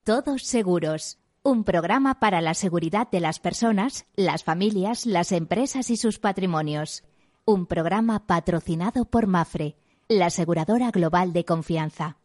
Todos Seguros, un programa para la seguridad de las personas, las familias, las empresas y sus patrimonios. Un programa patrocinado por Mapfre, la aseguradora global de confianza.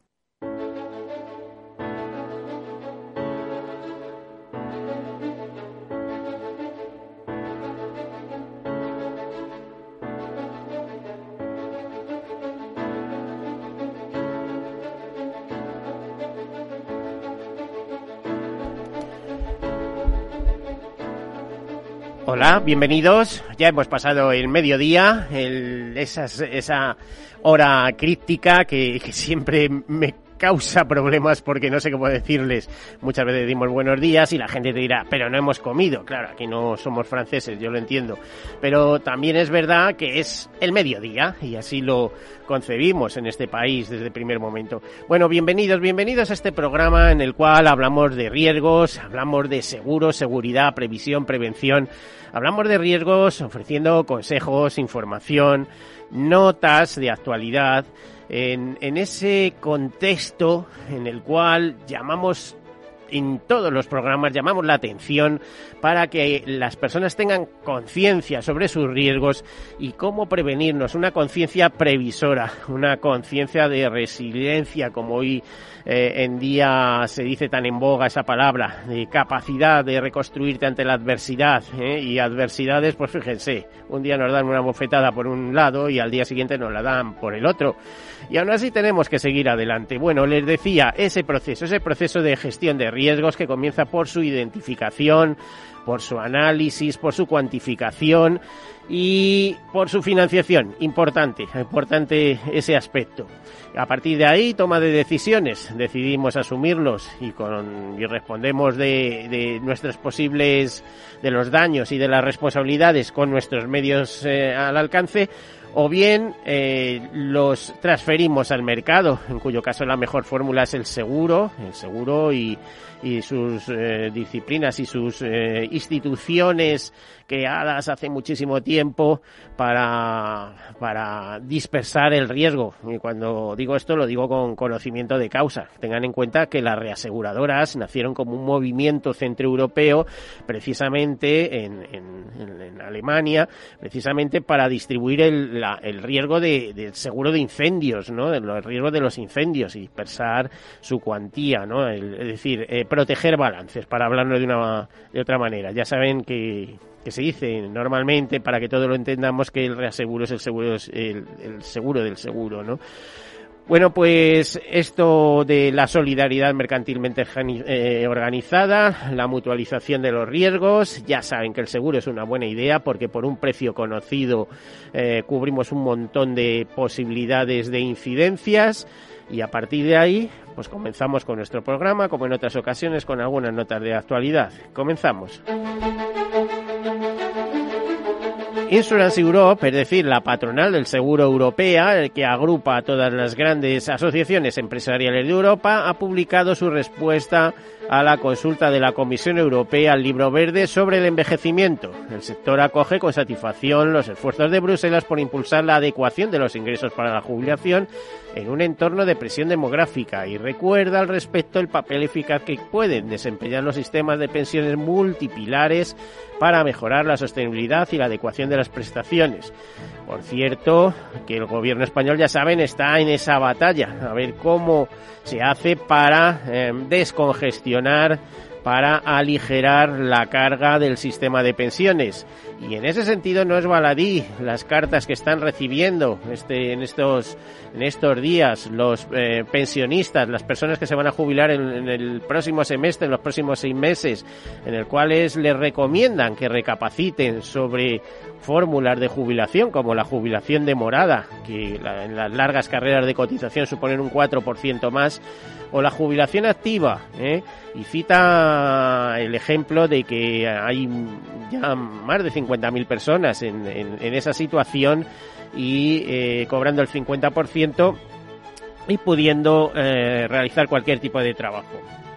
Hola, bienvenidos. Ya hemos pasado el mediodía, esa hora críptica que siempre me causa problemas porque no sé cómo decirles. Muchas veces decimos buenos días y la gente te dirá, pero no hemos comido. Claro, aquí no somos franceses, yo lo entiendo. Pero también es verdad que es el mediodía y así lo concebimos en este país desde el primer momento. Bueno, bienvenidos a este programa en el cual hablamos de riesgos, hablamos de seguros, seguridad, previsión, prevención. Hablamos de riesgos ofreciendo consejos, información, notas de actualidad, en ese contexto en el cual llamamos en todos los programas, llamamos la atención para que las personas tengan conciencia sobre sus riesgos y cómo prevenirnos, una conciencia previsora, una conciencia de resiliencia, como hoy en día se dice tan en boga esa palabra, de capacidad de reconstruirte ante la adversidad, y adversidades, pues fíjense, un día nos dan una bofetada por un lado y al día siguiente nos la dan por el otro. Y aún así tenemos que seguir adelante. Bueno, les decía, ese proceso de gestión de riesgos que comienza por su identificación, por su análisis, por su cuantificación y por su financiación. Importante ese aspecto. A partir de ahí, toma de decisiones. Decidimos asumirlos y respondemos de nuestros posibles, de los daños y de las responsabilidades con nuestros medios al alcance, o bien los transferimos al mercado, en cuyo caso la mejor fórmula es el seguro y sus disciplinas y sus instituciones creadas hace muchísimo tiempo para dispersar el riesgo. Y cuando digo esto lo digo con conocimiento de causa. Tengan en cuenta que las reaseguradoras nacieron como un movimiento centroeuropeo precisamente en Alemania, precisamente para distribuir el riesgo del seguro de incendios, ¿no? El riesgo de los incendios y dispersar su cuantía, ¿no? Es decir, proteger balances, para hablarlo de otra manera. Ya saben que se dice normalmente, para que todos lo entendamos, que el reaseguro es el seguro del seguro, ¿no? Bueno, pues esto de la solidaridad mercantilmente organizada, la mutualización de los riesgos, ya saben que el seguro es una buena idea porque por un precio conocido cubrimos un montón de posibilidades de incidencias y a partir de ahí pues comenzamos con nuestro programa, como en otras ocasiones, con algunas notas de actualidad. Comenzamos. Insurance Europe, es decir, la patronal del seguro europea, que agrupa a todas las grandes asociaciones empresariales de Europa, ha publicado su respuesta a la consulta de la Comisión Europea al Libro Verde sobre el envejecimiento. El sector acoge con satisfacción los esfuerzos de Bruselas por impulsar la adecuación de los ingresos para la jubilación en un entorno de presión demográfica y recuerda al respecto el papel eficaz que pueden desempeñar los sistemas de pensiones multipilares para mejorar la sostenibilidad y la adecuación de las prestaciones. Por cierto, que el gobierno español, ya saben, está en esa batalla, a ver cómo se hace para descongestionar, para aligerar la carga del sistema de pensiones. Y en ese sentido no es baladí las cartas que están recibiendo en estos días los pensionistas, las personas que se van a jubilar en el próximo semestre, en los próximos 6 meses, en el cuales les recomiendan que recapaciten sobre fórmulas de jubilación, como la jubilación demorada, que en las largas carreras de cotización suponen un 4% más, o la jubilación activa, y cita el ejemplo de que hay ya más de 50.000 personas en esa situación y cobrando el 50% y pudiendo realizar cualquier tipo de trabajo.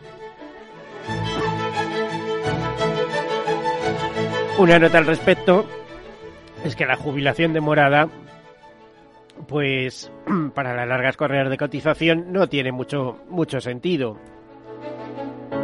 Una nota al respecto es que la jubilación demorada, pues para las largas carreras de cotización no tiene mucho sentido.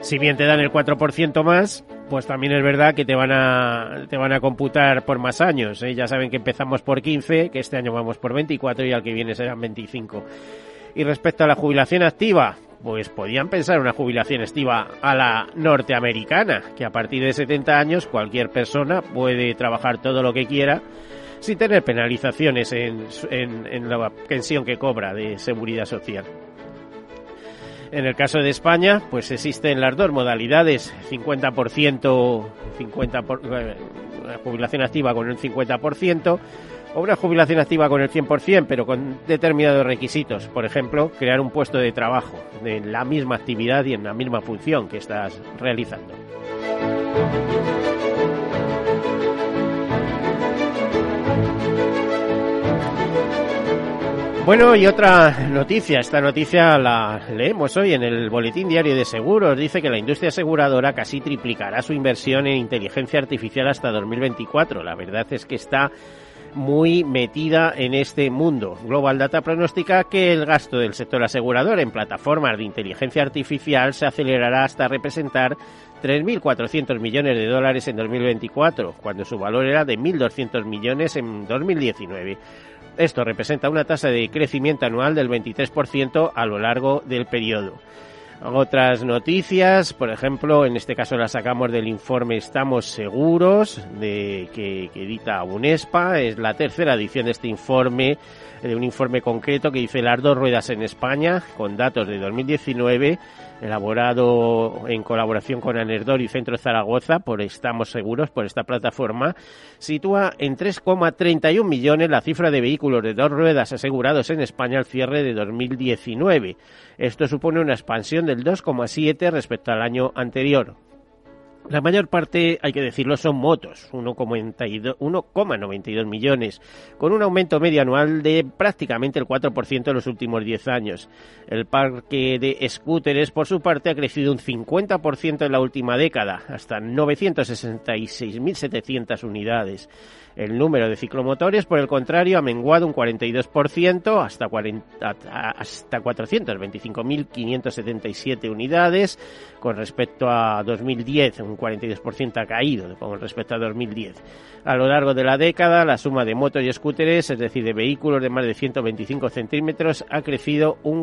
Si bien te dan el 4% más, pues también es verdad que te van a computar por más años, ¿eh? Ya saben que empezamos por 15, que este año vamos por 24 y al que viene serán 25. Y respecto a la jubilación activa, pues podían pensar una jubilación activa a la norteamericana, que a partir de 70 años cualquier persona puede trabajar todo lo que quiera sin tener penalizaciones en la pensión que cobra de seguridad social. En el caso de España, pues existen las dos modalidades, 50%, una jubilación activa con un 50%, o una jubilación activa con el 100%, pero con determinados requisitos. Por ejemplo, crear un puesto de trabajo de la misma actividad y en la misma función que estás realizando. Bueno, y otra noticia. Esta noticia la leemos hoy en el Boletín Diario de Seguros. Dice que la industria aseguradora casi triplicará su inversión en inteligencia artificial hasta 2024. La verdad es que está muy metida en este mundo. Global Data pronostica que el gasto del sector asegurador en plataformas de inteligencia artificial se acelerará hasta representar 3.400 millones de dólares en 2024, cuando su valor era de 1.200 millones en 2019. Esto representa una tasa de crecimiento anual del 23% a lo largo del periodo. Otras noticias, por ejemplo, en este caso las sacamos del informe Estamos Seguros, que edita UNESPA. Es la tercera edición de este informe, de un informe concreto que dice las dos ruedas en España, con datos de 2019, elaborado en colaboración con Anerdor y Centro Zaragoza por Estamos Seguros, por esta plataforma, sitúa en 3,31 millones la cifra de vehículos de dos ruedas asegurados en España al cierre de 2019. Esto supone una expansión del 2,7 respecto al año anterior. La mayor parte, hay que decirlo, son motos, 1,92 millones, con un aumento medio anual de prácticamente el 4% en los últimos 10 años. El parque de scooters, por su parte, ha crecido un 50% en la última década, hasta 966.700 unidades. El número de ciclomotores, por el contrario, ha menguado un 42% hasta 425.577 unidades. Con respecto a 2010, un 42% ha caído con respecto a 2010. A lo largo de la década, la suma de motos y scooters, es decir, de vehículos de más de 125 centímetros, ha crecido un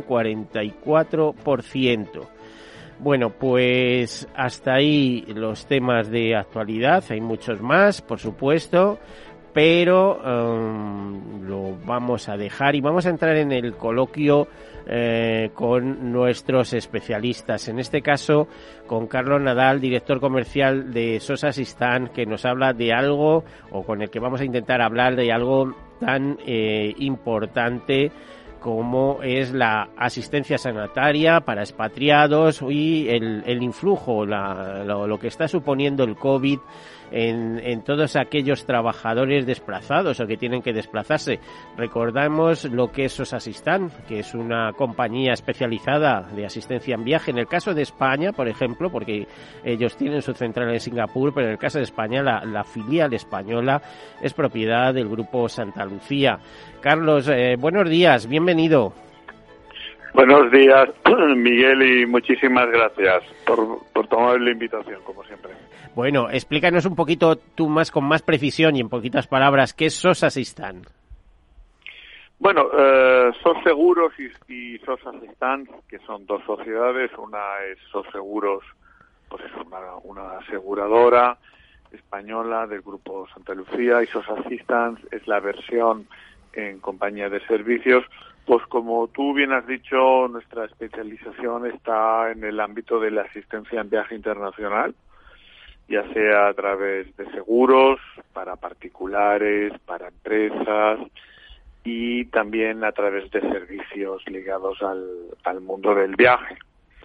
44%. Bueno, pues hasta ahí los temas de actualidad. Hay muchos más, por supuesto, pero lo vamos a dejar y vamos a entrar en el coloquio con nuestros especialistas. En este caso, con Carlos Nadal, director comercial de Sosa Assistance, que nos habla de algo, o con el que vamos a intentar hablar de algo tan importante como es la asistencia sanitaria para expatriados y el influjo, lo que está suponiendo el COVID en todos aquellos trabajadores desplazados o que tienen que desplazarse. Recordamos lo que es Sosa Assistance, que es una compañía especializada de asistencia en viaje. En el caso de España, por ejemplo, porque ellos tienen su central en Singapur, pero en el caso de España la filial española es propiedad del Grupo Santa Lucía. Carlos, buenos días, bienvenido. Buenos días, Miguel, y muchísimas gracias por tomar la invitación, como siempre. Bueno, explícanos un poquito tú con más precisión y en poquitas palabras, ¿qué es Sosa Assistance? Bueno, SOS Seguros y Sosa Assistance, que son dos sociedades. Una es SOS Seguros, pues es una aseguradora española del Grupo Santa Lucía, y Sosa Assistance es la versión en compañía de servicios. Pues como tú bien has dicho, nuestra especialización está en el ámbito de la asistencia en viaje internacional, ya sea a través de seguros para particulares, para empresas, y también a través de servicios ligados al mundo del viaje.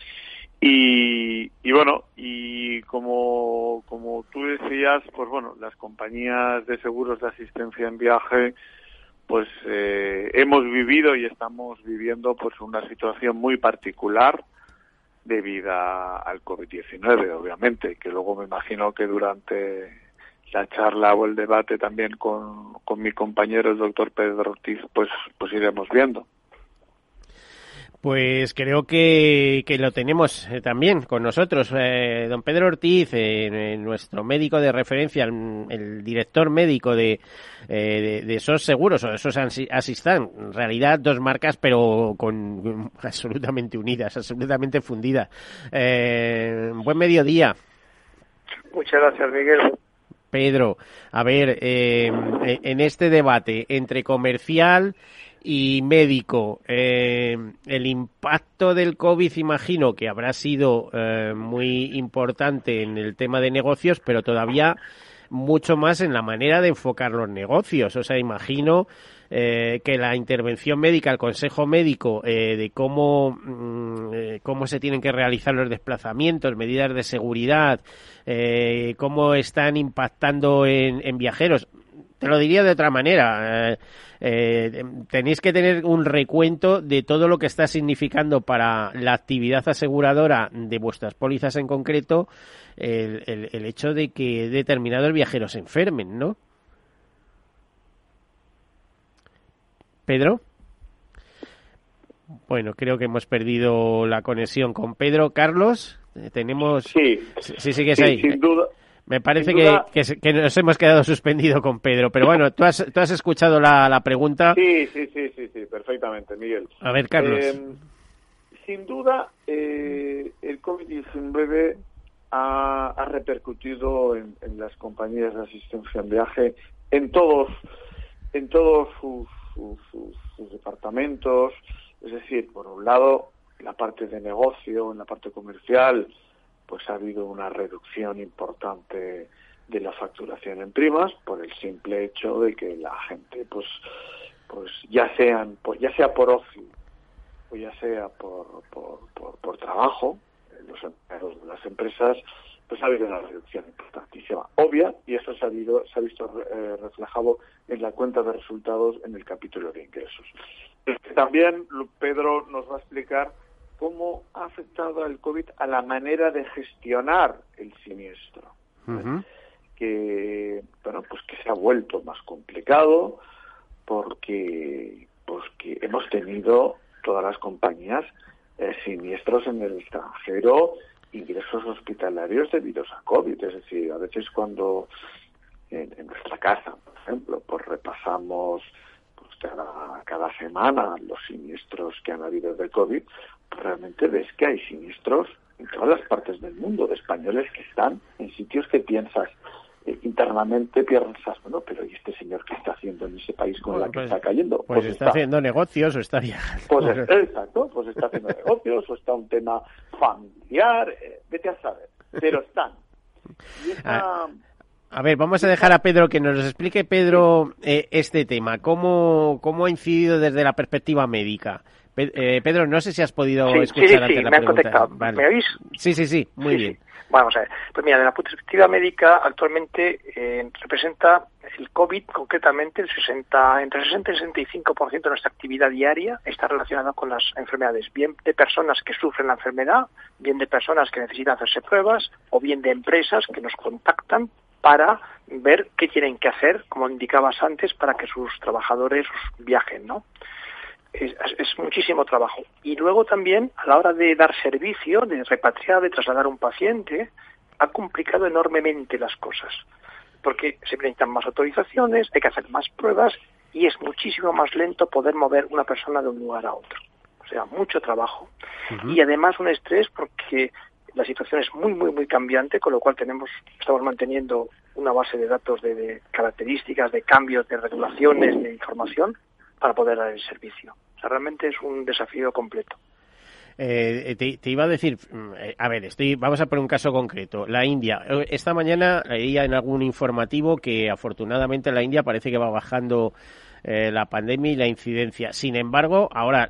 Y bueno, y como tú decías, pues bueno, las compañías de seguros de asistencia en viaje, pues hemos vivido y estamos viviendo pues una situación muy particular debida al COVID-19, obviamente, que luego me imagino que durante la charla o el debate también con mi compañero el doctor Pedro Ortiz pues iremos viendo. Pues creo que lo tenemos también con nosotros. Don Pedro Ortiz, nuestro médico de referencia, el director médico de SOS Seguros, o de SOS Assistant. En realidad, dos marcas, pero absolutamente unidas, absolutamente fundidas. Buen mediodía. Muchas gracias, Miguel. Pedro, a ver, en este debate entre comercial y médico, el impacto del COVID imagino que habrá sido muy importante en el tema de negocios, pero todavía mucho más en la manera de enfocar los negocios. O sea, imagino que la intervención médica, el consejo médico de cómo se tienen que realizar los desplazamientos, medidas de seguridad, cómo están impactando en viajeros. Te lo diría de otra manera. Tenéis que tener un recuento de todo lo que está significando para la actividad aseguradora de vuestras pólizas en concreto el hecho de que determinados viajeros se enfermen, ¿no? ¿Pedro? Bueno, creo que hemos perdido la conexión con Pedro. Carlos, tenemos... Sí, sigues ahí. Sin duda. Me parece que nos hemos quedado suspendido con Pedro, pero bueno, tú has escuchado la pregunta. Sí, perfectamente, Miguel. A ver, Carlos. Sin duda, el COVID-19 ha repercutido en las compañías de asistencia en viaje en todos sus departamentos. Es decir, por un lado, en la parte de negocio, en la parte comercial, pues ha habido una reducción importante de la facturación en primas por el simple hecho de que la gente pues ya sea por ocio o ya sea por trabajo, los empleados de las empresas, pues ha habido una reducción importantísima, obvia, y eso se ha visto reflejado en la cuenta de resultados en el capítulo de ingresos. También Pedro nos va a explicar cómo ha afectado el COVID a la manera de gestionar el siniestro, que se ha vuelto más complicado porque hemos tenido todas las compañías siniestros en el extranjero, ingresos hospitalarios debidos a COVID. Es decir, a veces cuando en nuestra casa, por ejemplo, pues repasamos cada semana los siniestros que han habido de COVID, realmente ves que hay siniestros en todas las partes del mundo de españoles que están en sitios que piensas internamente, bueno, pero ¿y este señor qué está haciendo en ese país con la que está cayendo? Pues está haciendo negocios o está viajando. Exacto, pues está haciendo negocios o está un tema familiar, vete a saber, pero están. Y A ver, vamos a dejar a Pedro que nos explique, Pedro, este tema. ¿Cómo ha incidido desde la perspectiva médica? Pedro, no sé si has podido escuchar antes la pregunta. Vale. ¿Me oís? Sí, muy bien. Vamos a ver. Pues mira, de la perspectiva médica, actualmente representa el COVID, concretamente, entre 60 y 65% de nuestra actividad diaria está relacionada con las enfermedades, bien de personas que sufren la enfermedad, bien de personas que necesitan hacerse pruebas, o bien de empresas que nos contactan para ver qué tienen que hacer, como indicabas antes, para que sus trabajadores viajen, ¿no? Es muchísimo trabajo. Y luego también, a la hora de dar servicio, de repatriar, de trasladar a un paciente, ha complicado enormemente las cosas. Porque se necesitan más autorizaciones, hay que hacer más pruebas y es muchísimo más lento poder mover una persona de un lugar a otro. O sea, mucho trabajo. Y además un estrés porque la situación es muy, muy, muy cambiante, con lo cual estamos manteniendo una base de datos de características, de cambios, de regulaciones, de información para poder dar el servicio. O sea, realmente es un desafío completo. Te iba a decir, a ver, vamos a poner un caso concreto. La India. Esta mañana leía en algún informativo que afortunadamente la India parece que va bajando la pandemia y la incidencia. Sin embargo, ahora,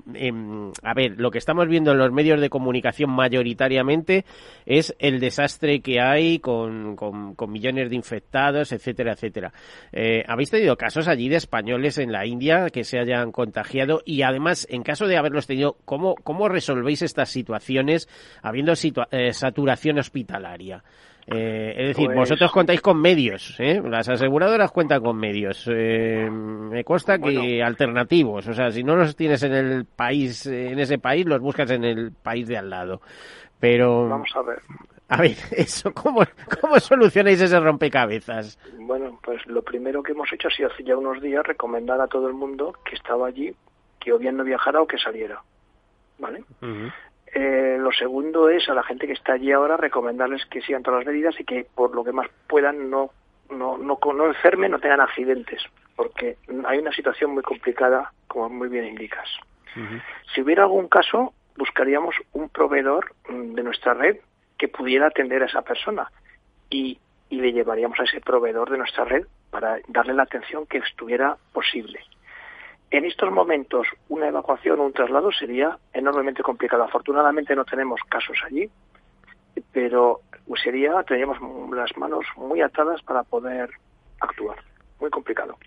a ver, lo que estamos viendo en los medios de comunicación mayoritariamente es el desastre que hay con millones de infectados, etcétera, etcétera. ¿Habéis tenido casos allí de españoles en la India que se hayan contagiado? Y además, en caso de haberlos tenido, ¿cómo resolvéis estas situaciones habiendo saturación hospitalaria? Es decir, vosotros contáis con medios, ¿eh? Las aseguradoras cuentan con medios. Me consta que alternativos, o sea, si no los tienes en el país, en ese país, los buscas en el país de al lado. Pero vamos a ver. A ver, eso, ¿cómo solucionáis ese rompecabezas? Bueno, pues lo primero que hemos hecho ha sido hace ya unos días recomendar a todo el mundo que estaba allí que o bien no viajara o que saliera, ¿vale? Uh-huh. Lo segundo es a la gente que está allí ahora recomendarles que sigan todas las medidas y que por lo que más puedan no enfermen, no tengan accidentes, porque hay una situación muy complicada, como muy bien indicas. Uh-huh. Si hubiera algún caso, buscaríamos un proveedor de nuestra red que pudiera atender a esa persona y le llevaríamos a ese proveedor de nuestra red para darle la atención que estuviera posible. En estos momentos, una evacuación o un traslado sería enormemente complicado. Afortunadamente no tenemos casos allí, pero tendríamos las manos muy atadas para poder actuar. Muy complicado.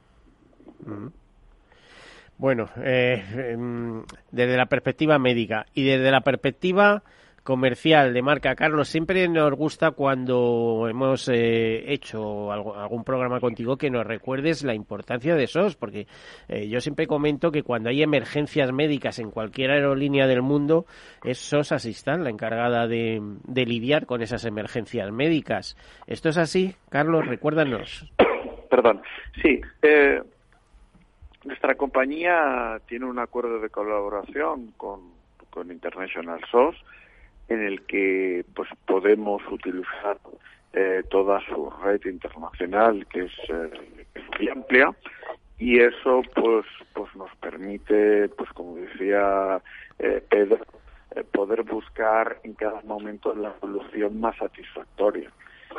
Bueno, desde la perspectiva médica y desde la perspectiva comercial de marca, Carlos, siempre nos gusta cuando hemos hecho algún programa contigo que nos recuerdes la importancia de SOS, porque yo siempre comento que cuando hay emergencias médicas en cualquier aerolínea del mundo, es SOS Assistance la encargada de lidiar con esas emergencias médicas. ¿Esto es así, Carlos? Recuérdanos. Perdón. Sí, nuestra compañía tiene un acuerdo de colaboración con International SOS, en el que pues podemos utilizar toda su red internacional, que es muy amplia, y eso pues nos permite, pues como decía Pedro, poder buscar en cada momento la solución más satisfactoria.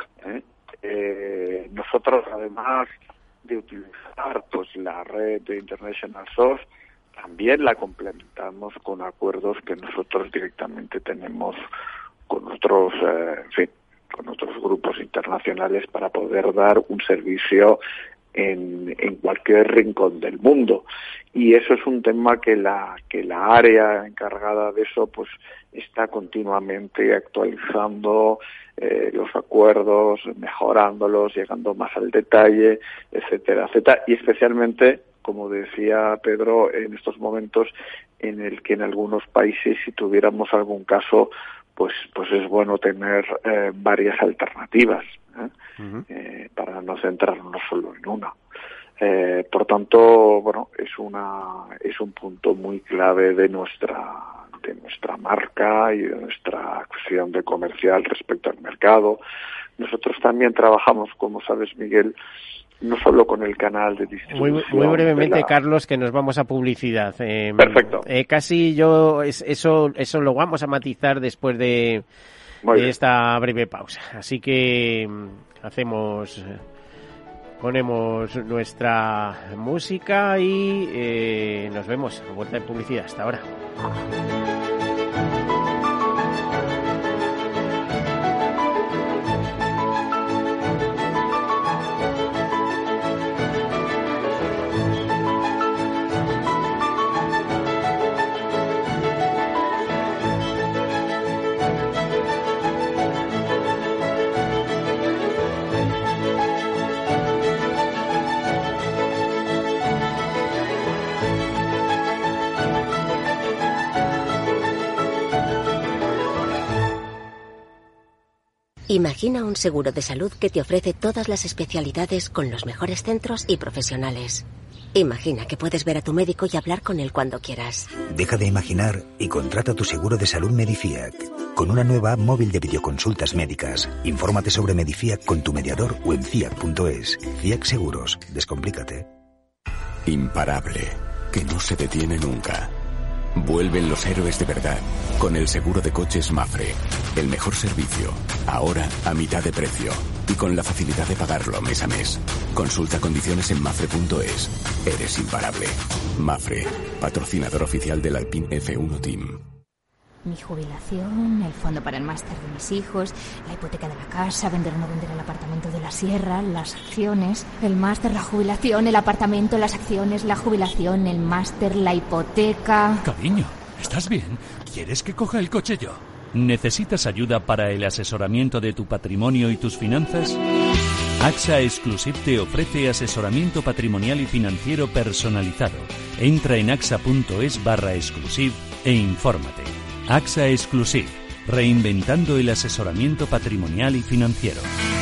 Nosotros, además de utilizar pues la red de International SOS, también la complementamos con acuerdos que nosotros directamente tenemos con otros, con otros grupos internacionales para poder dar un servicio en cualquier rincón del mundo. Y eso es un tema que la área encargada de eso pues está continuamente actualizando los acuerdos, mejorándolos, llegando más al detalle, etcétera, etcétera, y especialmente, como decía Pedro, en estos momentos en el que en algunos países, si tuviéramos algún caso, pues es bueno tener varias alternativas para no centrarnos solo en una. Por tanto, bueno, es un punto muy clave de nuestra marca y de nuestra acción de comercial respecto al mercado. Nosotros también trabajamos, como sabes, Miguel, no solo con el canal de distribución. Muy brevemente, Carlos, que nos vamos a publicidad. Perfecto. Casi eso lo vamos a matizar después de esta breve pausa. Así que ponemos nuestra música y nos vemos a vuelta de publicidad. Hasta ahora. Imagina un seguro de salud que te ofrece todas las especialidades con los mejores centros y profesionales. Imagina que puedes ver a tu médico y hablar con él cuando quieras. Deja de imaginar y contrata tu seguro de salud Medifiac. Con una nueva app móvil de videoconsultas médicas. Infórmate sobre Medifiac con tu mediador o en fiac.es. Fiac Seguros. Descomplícate. Imparable. Que no se detiene nunca. Vuelven los héroes de verdad con el seguro de coches Mapfre. El mejor servicio, ahora a mitad de precio y con la facilidad de pagarlo mes a mes. Consulta condiciones en mapfre.es. Eres imparable. Mapfre, patrocinador oficial del Alpine F1 Team. Mi jubilación, el fondo para el máster de mis hijos, la hipoteca de la casa, vender o no vender el apartamento de la sierra, las acciones, el máster, la jubilación, el apartamento, las acciones, la jubilación, el máster, la hipoteca... Cariño, ¿estás bien? ¿Quieres que coja el coche yo? ¿Necesitas ayuda para el asesoramiento de tu patrimonio y tus finanzas? AXA Exclusive te ofrece asesoramiento patrimonial y financiero personalizado. Entra en axa.es/exclusive e infórmate. AXA Exclusive, reinventando el asesoramiento patrimonial y financiero.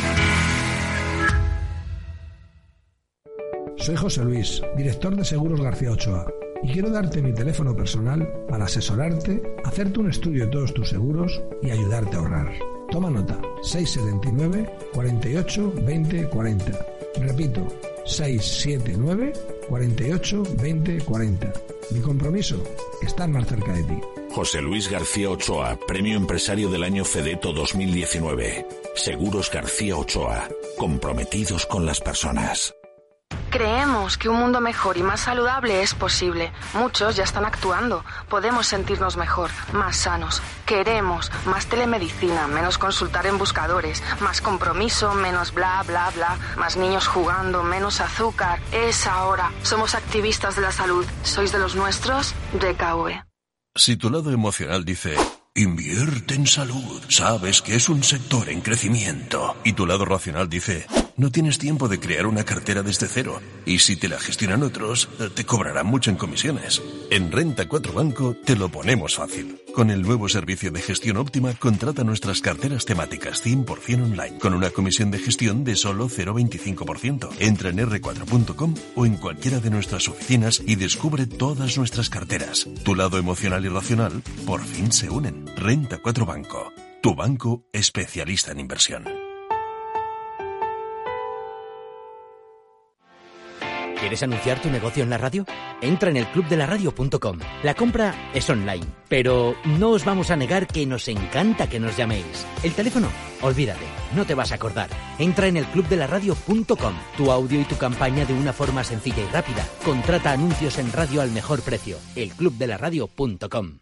Soy José Luis, director de Seguros García Ochoa, y quiero darte mi teléfono personal para asesorarte, hacerte un estudio de todos tus seguros y ayudarte a ahorrar. Toma nota: 679 48 20 40. Repito, 679 48 20 40. Mi compromiso: estar más cerca de ti. José Luis García Ochoa, Premio Empresario del Año Fedeto 2019. Seguros García Ochoa, comprometidos con las personas. Creemos que un mundo mejor y más saludable es posible. Muchos ya están actuando. Podemos sentirnos mejor, más sanos. Queremos más telemedicina, menos consultar en buscadores, más compromiso, menos bla, bla, bla, más niños jugando, menos azúcar. Es ahora. Somos activistas de la salud. ¿Sois de los nuestros? DKV. Si tu lado emocional dice: invierte en salud, sabes que es un sector en crecimiento, y tu lado racional dice: no tienes tiempo de crear una cartera desde cero, y si te la gestionan otros, te cobrarán mucho en comisiones. En Renta 4 Banco te lo ponemos fácil. Con el nuevo servicio de gestión óptima, contrata nuestras carteras temáticas 100% online, con una comisión de gestión de solo 0,25%. Entra en r4.com o en cualquiera de nuestras oficinas y descubre todas nuestras carteras. Tu lado emocional y racional por fin se unen. Renta 4 Banco, tu banco especialista en inversión. ¿Quieres anunciar tu negocio en la radio? Entra en elclubdelaradio.com. La compra es online, pero no os vamos a negar que nos encanta que nos llaméis. El teléfono, olvídate, no te vas a acordar. Entra en elclubdelaradio.com. Tu audio y tu campaña de una forma sencilla y rápida. Contrata anuncios en radio al mejor precio. elclubdelaradio.com.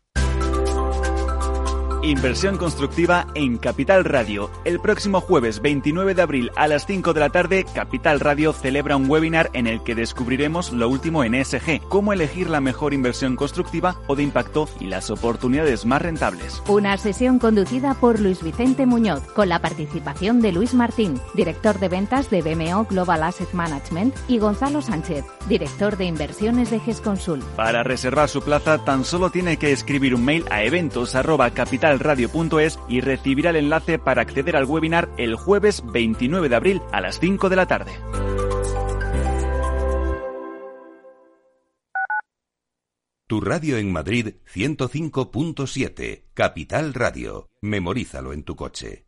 Inversión constructiva en Capital Radio. El próximo jueves 29 de abril a las 5 de la tarde, Capital Radio celebra un webinar en el que descubriremos lo último en ESG, cómo elegir la mejor inversión constructiva o de impacto y las oportunidades más rentables. Una sesión conducida por Luis Vicente Muñoz, con la participación de Luis Martín, director de ventas de BMO Global Asset Management, y Gonzalo Sánchez, director de inversiones de GESConsul. Para reservar su plaza, tan solo tiene que escribir un mail a eventos@capitalradio.es y recibirá el enlace para acceder al webinar el jueves 29 de abril a las 5 de la tarde. Tu radio en Madrid 105.7, Capital Radio. Memorízalo en tu coche.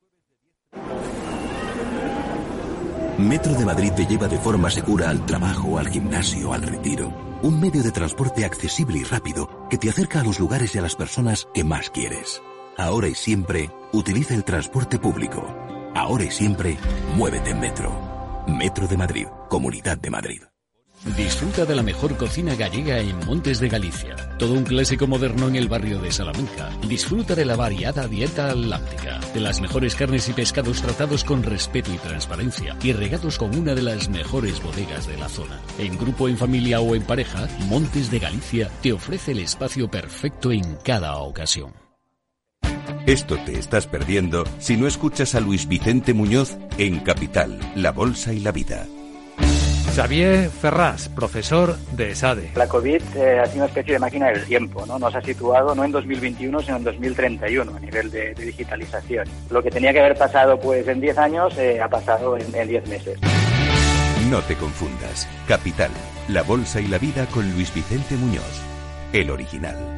Metro de Madrid te lleva de forma segura al trabajo, al gimnasio, al retiro. Un medio de transporte accesible y rápido que te acerca a los lugares y a las personas que más quieres. Ahora y siempre, utiliza el transporte público. Ahora y siempre, muévete en Metro. Metro de Madrid, Comunidad de Madrid. Disfruta de la mejor cocina gallega en Montes de Galicia. Todo un clásico moderno en el barrio de Salamanca. Disfruta de la variada dieta atlántica, de las mejores carnes y pescados tratados con respeto y transparencia y regados con una de las mejores bodegas de la zona. En grupo, en familia o en pareja, Montes de Galicia te ofrece el espacio perfecto en cada ocasión. Esto te estás perdiendo si no escuchas a Luis Vicente Muñoz en Capital, La Bolsa y la Vida. Xavier Ferrás, profesor de ESADE. La COVID ha sido una especie de máquina del tiempo, ¿no? Nos ha situado no en 2021, sino en 2031 a nivel de digitalización. Lo que tenía que haber pasado pues en 10 años ha pasado en 10 meses. No te confundas. Capital, La Bolsa y la Vida con Luis Vicente Muñoz, el original.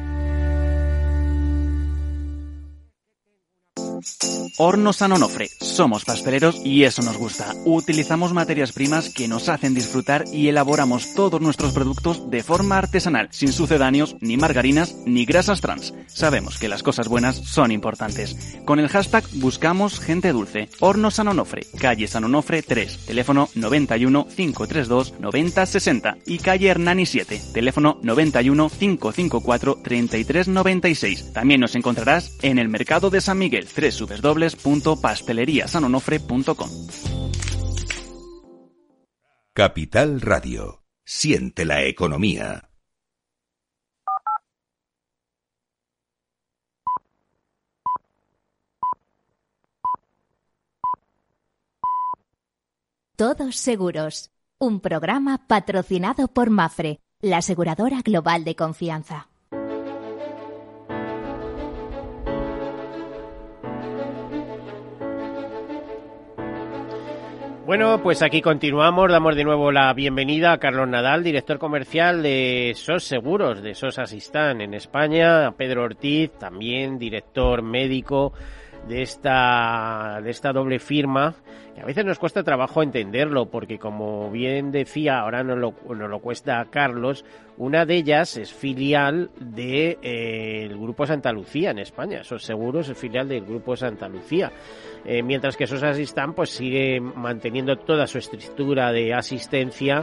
Hornos San Onofre. Somos pasteleros y eso nos gusta. Utilizamos materias primas que nos hacen disfrutar y elaboramos todos nuestros productos de forma artesanal, sin sucedáneos, ni margarinas, ni grasas trans. Sabemos que las cosas buenas son importantes. Con el hashtag buscamos gente dulce. Hornos San Onofre, calle San Onofre 3, teléfono 91 532 9060 y calle Hernani 7, teléfono 91 554 3396. También nos encontrarás en el mercado de San Miguel, www.pasteleriasanonofre.com. Capital Radio. Siente la economía. Todos Seguros, un programa patrocinado por Mapfre, la aseguradora global de confianza. Bueno, pues aquí continuamos, damos de nuevo la bienvenida a Carlos Nadal, director comercial de SOS Seguros, de SOS Assistant en España, a Pedro Ortiz, también director médico de esta doble firma, que a veces nos cuesta trabajo entenderlo, porque como bien decía, ahora nos lo cuesta Carlos, una de ellas es filial de el Grupo Santa Lucía en España. SOS Seguros es filial del Grupo Santa Lucía, mientras que SOS Assistant pues sigue manteniendo toda su estructura de asistencia,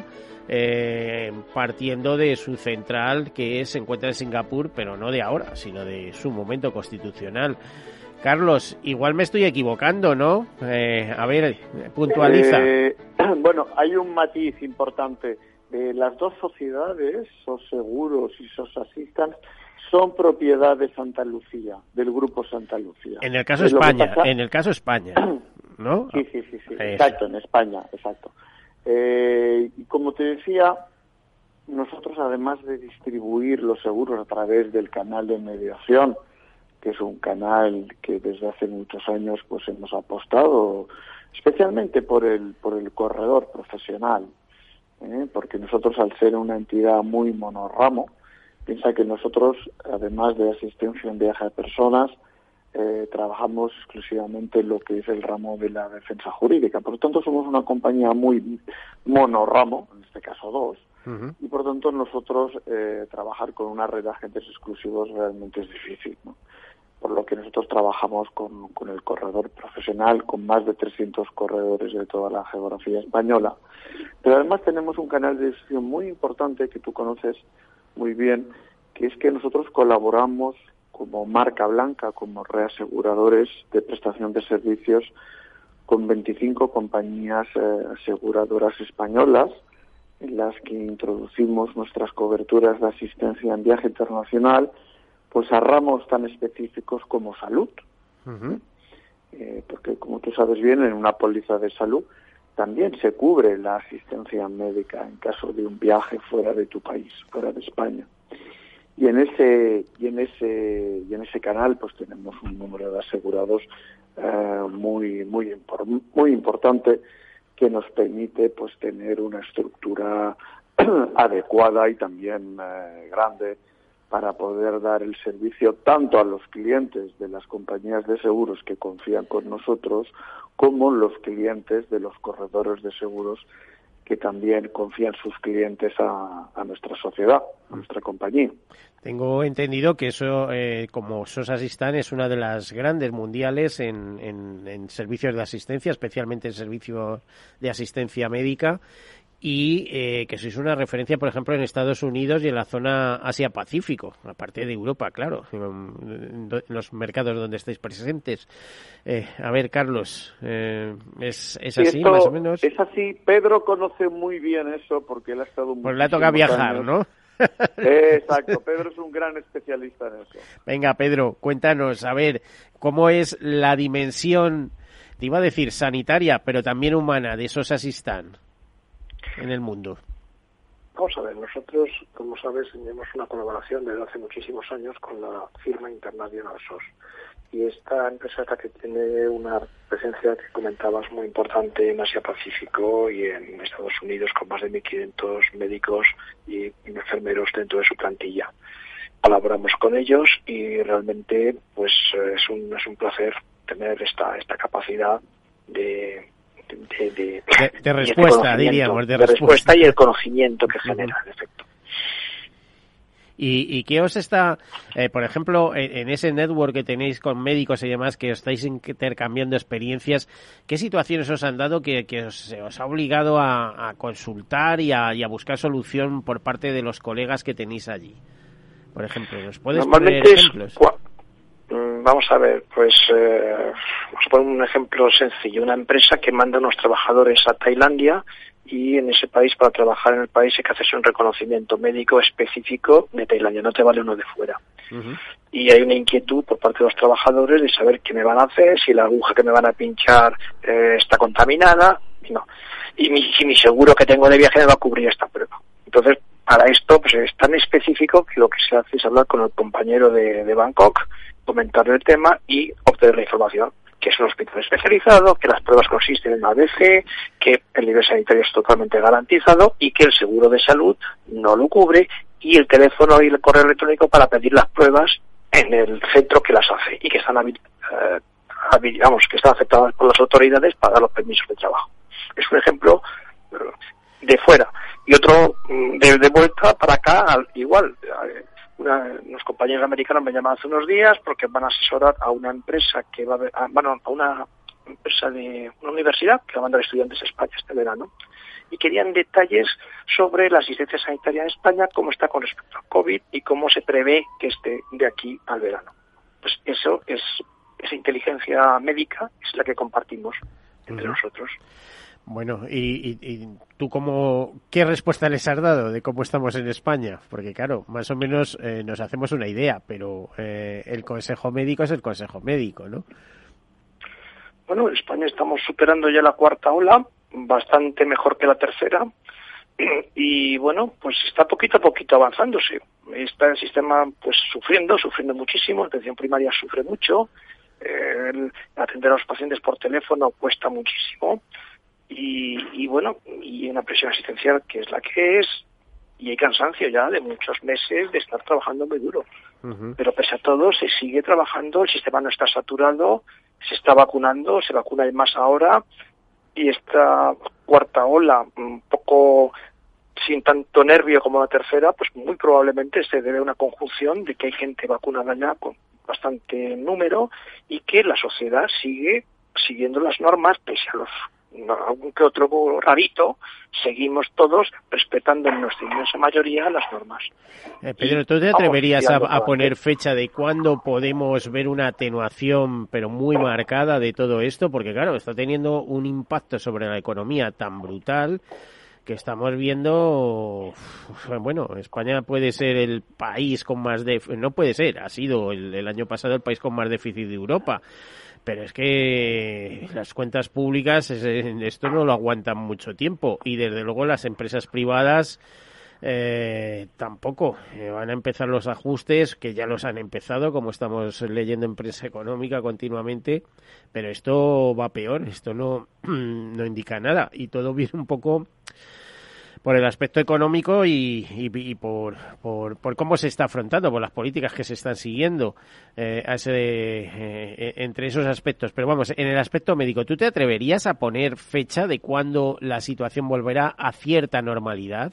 partiendo de su central que se encuentra en Singapur, pero no de ahora, sino de su momento constitucional. Carlos, igual me estoy equivocando, ¿no? A ver, puntualiza. Bueno, hay un matiz importante. Las dos sociedades, SOS Seguros y SOS Assistant, son propiedad de Santa Lucía, del Grupo Santa Lucía. En el caso España, ¿no? Sí, exacto, en España, exacto. Y como te decía, nosotros, además de distribuir los seguros a través del canal de mediación, que es un canal que desde hace muchos años pues hemos apostado especialmente por el corredor profesional, porque nosotros, al ser una entidad muy monorramo, piensa que nosotros, además de asistencia en viaje de personas, trabajamos exclusivamente lo que es el ramo de la defensa jurídica. Por lo tanto, somos una compañía muy monorramo, en este caso dos, y por lo tanto nosotros trabajar con una red de agentes exclusivos realmente es difícil, ¿no? Por lo que nosotros trabajamos con el corredor profesional, con más de 300 corredores de toda la geografía española. Pero además tenemos un canal de distribución muy importante que tú conoces muy bien, que es que nosotros colaboramos como marca blanca, como reaseguradores de prestación de servicios con 25 compañías aseguradoras españolas, en las que introducimos nuestras coberturas de asistencia en viaje internacional, pues a ramos tan específicos como salud, porque como tú sabes bien, en una póliza de salud también se cubre la asistencia médica en caso de un viaje fuera de tu país, fuera de España. Y en ese canal pues tenemos un número de asegurados muy importante, que nos permite pues tener una estructura adecuada y también grande para poder dar el servicio tanto a los clientes de las compañías de seguros que confían con nosotros, como los clientes de los corredores de seguros que también confían sus clientes a nuestra sociedad, a nuestra compañía. Tengo entendido que eso, como SOS Assistant, es una de las grandes mundiales en servicios de asistencia, especialmente en servicios de asistencia médica, y que sois una referencia, por ejemplo, en Estados Unidos y en la zona Asia-Pacífico, aparte de Europa, claro, en los mercados donde estáis presentes. A ver, Carlos, ¿es así, más o menos? Es así. Pedro conoce muy bien eso porque él ha estado pues le ha tocado viajar, años. ¿No? Exacto, Pedro es un gran especialista en eso. Venga, Pedro, cuéntanos, a ver, ¿cómo es la dimensión, te iba a decir sanitaria, pero también humana, de SOS Assistant en el mundo? Vamos a ver, nosotros, como sabes, tenemos una colaboración desde hace muchísimos años con la firma International SOS. Y esta empresa es la que tiene una presencia, que comentabas, muy importante en Asia-Pacífico y en Estados Unidos, con más de 1.500 médicos y enfermeros dentro de su plantilla. Colaboramos con ellos y realmente pues es un placer tener esta capacidad de respuesta, diríamos, de respuesta y el conocimiento que genera, en efecto. ¿Y qué os está, por ejemplo, en ese network que tenéis con médicos y demás, que os estáis intercambiando experiencias, qué situaciones os han dado que os ha obligado a consultar y a buscar solución por parte de los colegas que tenéis allí? Por ejemplo, ¿nos puedes poner ejemplos? Vamos a ver, vamos a poner un ejemplo sencillo. Una empresa que manda unos trabajadores a Tailandia y en ese país, para trabajar en el país, hay que hacerse un reconocimiento médico específico de Tailandia, no te vale uno de fuera. Y hay una inquietud por parte de los trabajadores de saber qué me van a hacer, si la aguja que me van a pinchar está contaminada, y si mi seguro que tengo de viaje me va a cubrir esta prueba. Entonces, para esto pues es tan específico que lo que se hace es hablar con el compañero de Bangkok, comentarle el tema y obtener la información, que es un hospital especializado, que las pruebas consisten en ABC, que el nivel sanitario es totalmente garantizado y que el seguro de salud no lo cubre, y el teléfono y el correo electrónico para pedir las pruebas en el centro que las hace y que están que están aceptadas por las autoridades para dar los permisos de trabajo. Es un ejemplo de fuera. Y otro de vuelta para acá, igual. Unos compañeros americanos me llaman hace unos días porque van a asesorar a una empresa que va a una empresa de una universidad que va a mandar estudiantes a España este verano, y querían detalles sobre la asistencia sanitaria en España, cómo está con respecto al COVID y cómo se prevé que esté de aquí al verano. Pues esa inteligencia médica es la que compartimos entre nosotros. Bueno, ¿y tú qué respuesta les has dado de cómo estamos en España? Porque claro, más o menos nos hacemos una idea, pero el consejo médico es el consejo médico, ¿no? Bueno, en España estamos superando ya la cuarta ola, bastante mejor que la tercera, y bueno, pues está poquito a poquito avanzándose. Está el sistema pues sufriendo muchísimo, la atención primaria sufre mucho, atender a los pacientes por teléfono cuesta muchísimo, y bueno, y una presión asistencial que es la que es, y hay cansancio ya de muchos meses de estar trabajando muy duro. Pero pese a todo se sigue trabajando, el sistema no está saturado, se está vacunando, se vacuna más ahora, y esta cuarta ola, un poco sin tanto nervio como la tercera, pues muy probablemente se debe a una conjunción de que hay gente vacunada ya con bastante número y que la sociedad sigue siguiendo las normas, pese a algún que otro rarito, seguimos todos respetando en nuestra inmensa mayoría las normas. Pedro, ¿tú te atreverías a poner fecha de cuándo podemos ver una atenuación, pero muy marcada, de todo esto? Porque claro, está teniendo un impacto sobre la economía tan brutal que estamos viendo. Bueno, España puede ser el país con más no puede ser, ha sido el año pasado el país con más déficit de Europa. Pero es que las cuentas públicas esto no lo aguantan mucho tiempo, y desde luego las empresas privadas tampoco. Van a empezar los ajustes, que ya los han empezado, como estamos leyendo en prensa económica continuamente, pero esto va peor, esto no indica nada, y todo viene un poco por el aspecto económico y por cómo se está afrontando, por las políticas que se están siguiendo entre esos aspectos. Pero vamos, en el aspecto médico, ¿tú te atreverías a poner fecha de cuándo la situación volverá a cierta normalidad?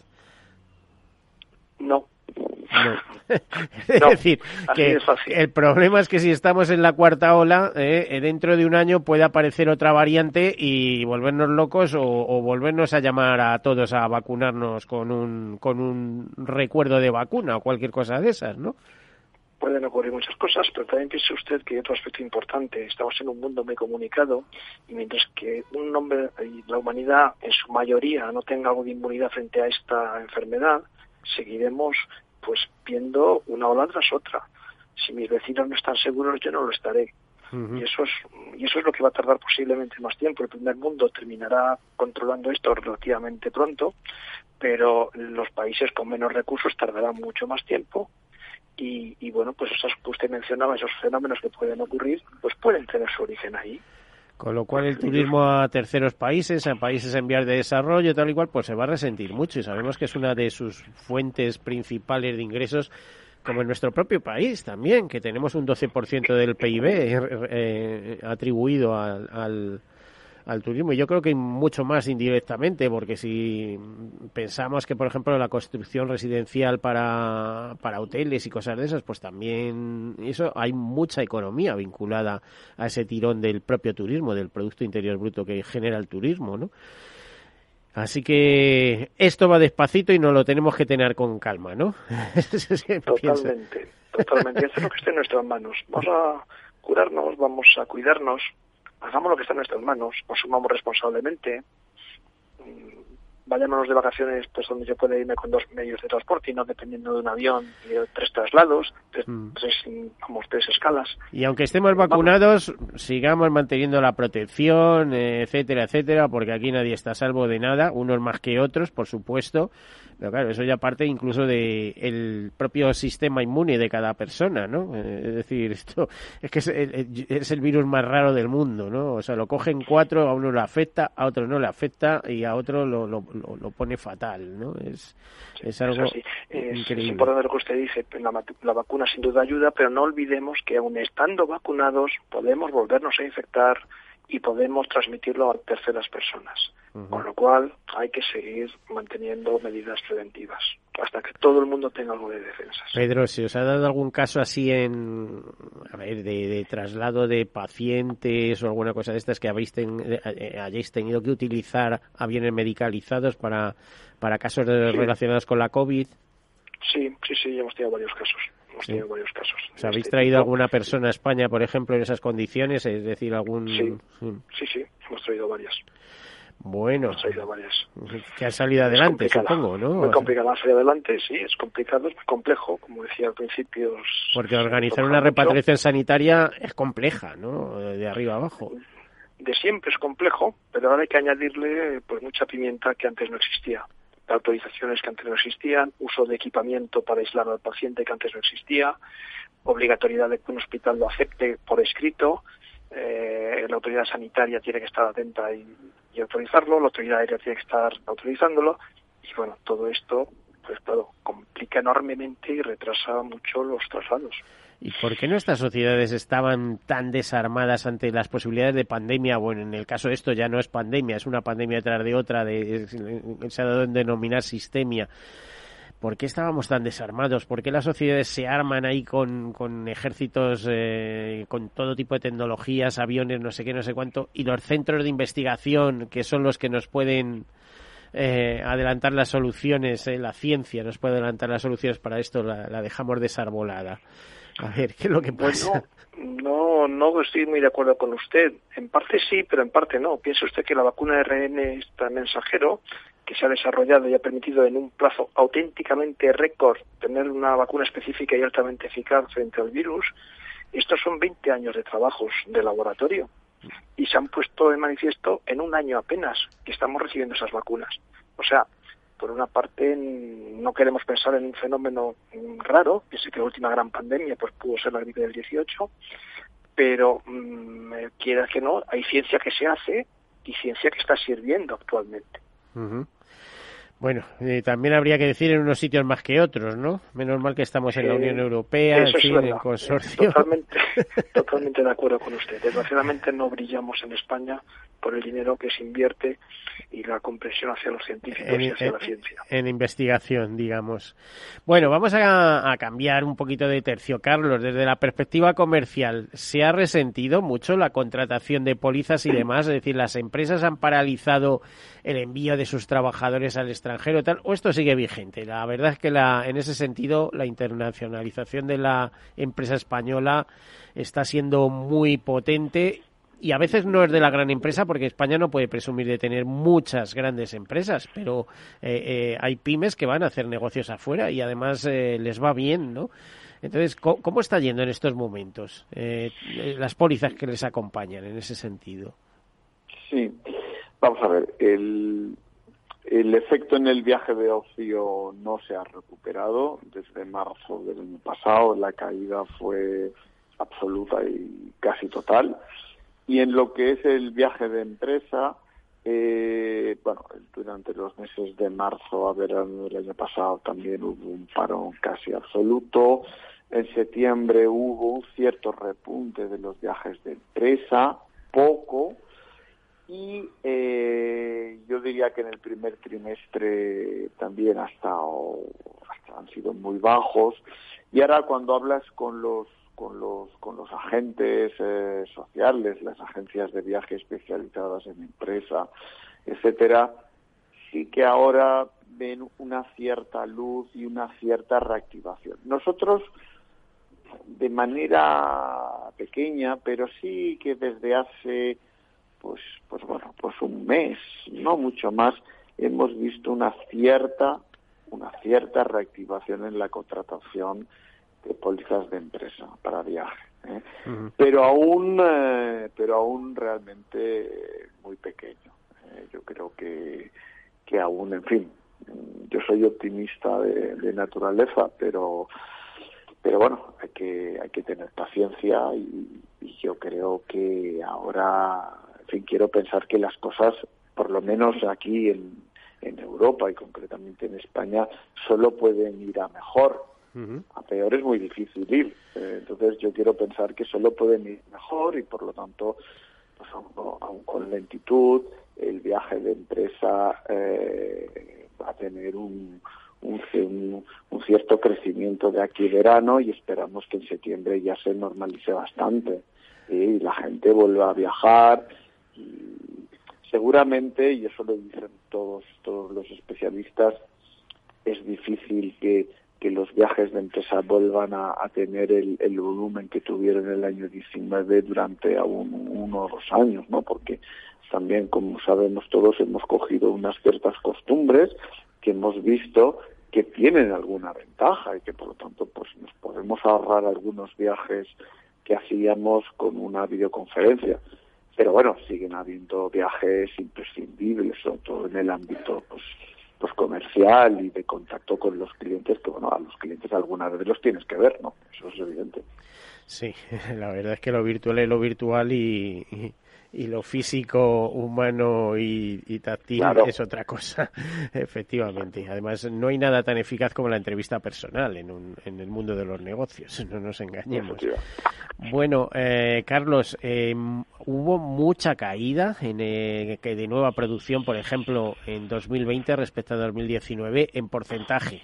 No. Es decir, que el problema es que si estamos en la cuarta ola, dentro de un año puede aparecer otra variante y volvernos locos, o volvernos a llamar a todos a vacunarnos con un recuerdo de vacuna o cualquier cosa de esas, ¿no? Pueden ocurrir muchas cosas, pero también piense usted que hay otro aspecto importante. Estamos en un mundo muy comunicado, y mientras que la humanidad en su mayoría no tenga algo de inmunidad frente a esta enfermedad, seguiremos pues viendo una ola tras otra. Si mis vecinos no están seguros, yo no lo estaré. Y eso es lo que va a tardar posiblemente más tiempo. El primer mundo terminará controlando esto relativamente pronto, pero los países con menos recursos tardarán mucho más tiempo. Y bueno, pues esas que usted mencionaba, esos fenómenos que pueden ocurrir, pues pueden tener su origen ahí. Con lo cual el turismo a terceros países, a países en vías de desarrollo, tal y cual, pues se va a resentir mucho, y sabemos que es una de sus fuentes principales de ingresos, como en nuestro propio país también, que tenemos un 12% del PIB atribuido al turismo, y yo creo que mucho más indirectamente, porque si pensamos que, por ejemplo, la construcción residencial para hoteles y cosas de esas, pues también eso, hay mucha economía vinculada a ese tirón del propio turismo, del Producto Interior Bruto que genera el turismo, ¿no? Así que esto va despacito y nos lo tenemos que tener con calma, ¿no? Totalmente. Y hacer lo que esté en nuestras manos. Vamos curarnos, vamos a cuidarnos, hagamos lo que está en nuestras manos, consumamos responsablemente, vayámonos de vacaciones pues donde yo pueda irme con 2 medios de transporte y no dependiendo de un avión y de 3 traslados, 3 escalas. Y aunque estemos vacunados, sigamos manteniendo la protección, etcétera, etcétera, porque aquí nadie está a salvo de nada, unos más que otros, por supuesto, pero claro, eso ya parte incluso de el propio sistema inmune de cada persona, ¿no? Es decir, esto es que es el virus más raro del mundo, ¿no? O sea, lo cogen 4, a uno le afecta, a otro no le afecta y a otro lo pone fatal, ¿no? Es algo increíble. Es importante lo que usted dice, la vacuna sin duda ayuda, pero no olvidemos que aun estando vacunados podemos volvernos a infectar y podemos transmitirlo a terceras personas. Con lo cual hay que seguir manteniendo medidas preventivas hasta que todo el mundo tenga algo de defensas. Pedro, ¿se os ha dado algún caso así de traslado de pacientes o alguna cosa de estas que hayáis tenido que utilizar aviones medicalizados para casos relacionados con la COVID? Sí, hemos tenido varios casos. O sea, ¿habéis traído alguna persona a España, por ejemplo, en esas condiciones? Es decir, algún... Sí, hemos traído varias. Bueno, que ha salido adelante, supongo, ¿no? Muy complicada, ha salido adelante, sí, es complicado, es muy complejo, como decía al principio. Porque organizar una repatriación sanitaria es compleja, ¿no? De arriba abajo. De siempre es complejo, pero ahora hay que añadirle pues mucha pimienta que antes no existía. Autorizaciones que antes no existían, uso de equipamiento para aislar al paciente que antes no existía, obligatoriedad de que un hospital lo acepte por escrito, la autoridad sanitaria tiene que estar atenta y autorizarlo, la autoridad aérea tiene que estar autorizándolo, y bueno, todo esto, pues claro, complica enormemente y retrasa mucho los traslados. ¿Y por qué nuestras sociedades estaban tan desarmadas ante las posibilidades de pandemia? Bueno, en el caso de esto ya no es pandemia, es una pandemia detrás de otra, se ha dado en denominar sistemia. ¿Por qué estábamos tan desarmados? ¿Por qué las sociedades se arman ahí con ejércitos, con todo tipo de tecnologías, aviones, no sé qué, no sé cuánto, y los centros de investigación, que son los que nos pueden adelantar las soluciones, la ciencia nos puede adelantar las soluciones para esto, la dejamos desarbolada? A ver, ¿qué es lo que pasa? No estoy muy de acuerdo con usted. En parte sí, pero en parte no. Piense usted que la vacuna ARN está mensajero, que se ha desarrollado y ha permitido en un plazo auténticamente récord tener una vacuna específica y altamente eficaz frente al virus. Estos son 20 años de trabajos de laboratorio y se han puesto de manifiesto en un año apenas que estamos recibiendo esas vacunas. O sea, por una parte, no queremos pensar en un fenómeno raro, piense que la última gran pandemia pues pudo ser la gripe del 18, pero quiera que no, hay ciencia que se hace y ciencia que está sirviendo actualmente. Bueno, también habría que decir en unos sitios más que otros, ¿no? Menos mal que estamos en la Unión Europea, en fin, en consorcio. Totalmente de acuerdo con usted. Desgraciadamente no brillamos en España por el dinero que se invierte y la comprensión hacia los científicos y hacia la ciencia. En investigación, digamos. Bueno, vamos a cambiar un poquito de tercio, Carlos. Desde la perspectiva comercial, ¿se ha resentido mucho la contratación de pólizas y demás? Es decir, ¿las empresas han paralizado el envío de sus trabajadores al extranjero tal, o esto sigue vigente? La verdad es que en ese sentido la internacionalización de la empresa española está siendo muy potente y a veces no es de la gran empresa porque España no puede presumir de tener muchas grandes empresas, pero hay pymes que van a hacer negocios afuera y además les va bien, ¿no? Entonces, ¿cómo está yendo en estos momentos las pólizas que les acompañan en ese sentido? Sí, vamos a ver, el efecto en el viaje de ocio no se ha recuperado desde marzo del año pasado. La caída fue absoluta y casi total. Y en lo que es el viaje de empresa, durante los meses de marzo a verano del año pasado también hubo un parón casi absoluto. En septiembre hubo un cierto repunte de los viajes de empresa, poco. Y yo diría que en el primer trimestre también hasta han sido muy bajos. Y ahora cuando hablas con los agentes sociales, las agencias de viaje especializadas en empresa, etcétera, sí que ahora ven una cierta luz y una cierta reactivación. Nosotros de manera pequeña, pero sí que desde hace pues un mes, no mucho más, hemos visto una cierta reactivación en la contratación de pólizas de empresa para viaje, pero aún realmente muy pequeño. Yo creo que aún, en fin, yo soy optimista de naturaleza, pero bueno, hay que tener paciencia y yo creo que ahora, en fin, quiero pensar que las cosas, por lo menos aquí en Europa y concretamente en España, solo pueden ir a mejor. A peor es muy difícil ir. Entonces yo quiero pensar que solo pueden ir mejor y por lo tanto, pues aun con lentitud, el viaje de empresa va a tener un cierto crecimiento de aquí verano y esperamos que en septiembre ya se normalice bastante y la gente vuelva a viajar y seguramente, y eso lo dicen todos los especialistas, es difícil que los viajes de empresa vuelvan a tener el volumen que tuvieron el año 19 durante aún 1 o 2 años, ¿no? Porque también, como sabemos todos, hemos cogido unas ciertas costumbres que hemos visto que tienen alguna ventaja y que por lo tanto pues nos podemos ahorrar algunos viajes que hacíamos con una videoconferencia. Pero bueno, siguen habiendo viajes imprescindibles, sobre todo en el ámbito pues comercial y de contacto con los clientes, que bueno, a los clientes alguna vez los tienes que ver, ¿no? Eso es evidente. Sí, la verdad es que lo virtual es lo virtual y lo físico, humano y táctil, claro, es otra cosa, efectivamente. Además, no hay nada tan eficaz como la entrevista personal en el mundo de los negocios, no nos engañemos. Bueno, Carlos, hubo mucha caída de nueva producción, por ejemplo, en 2020 respecto a 2019 en porcentaje.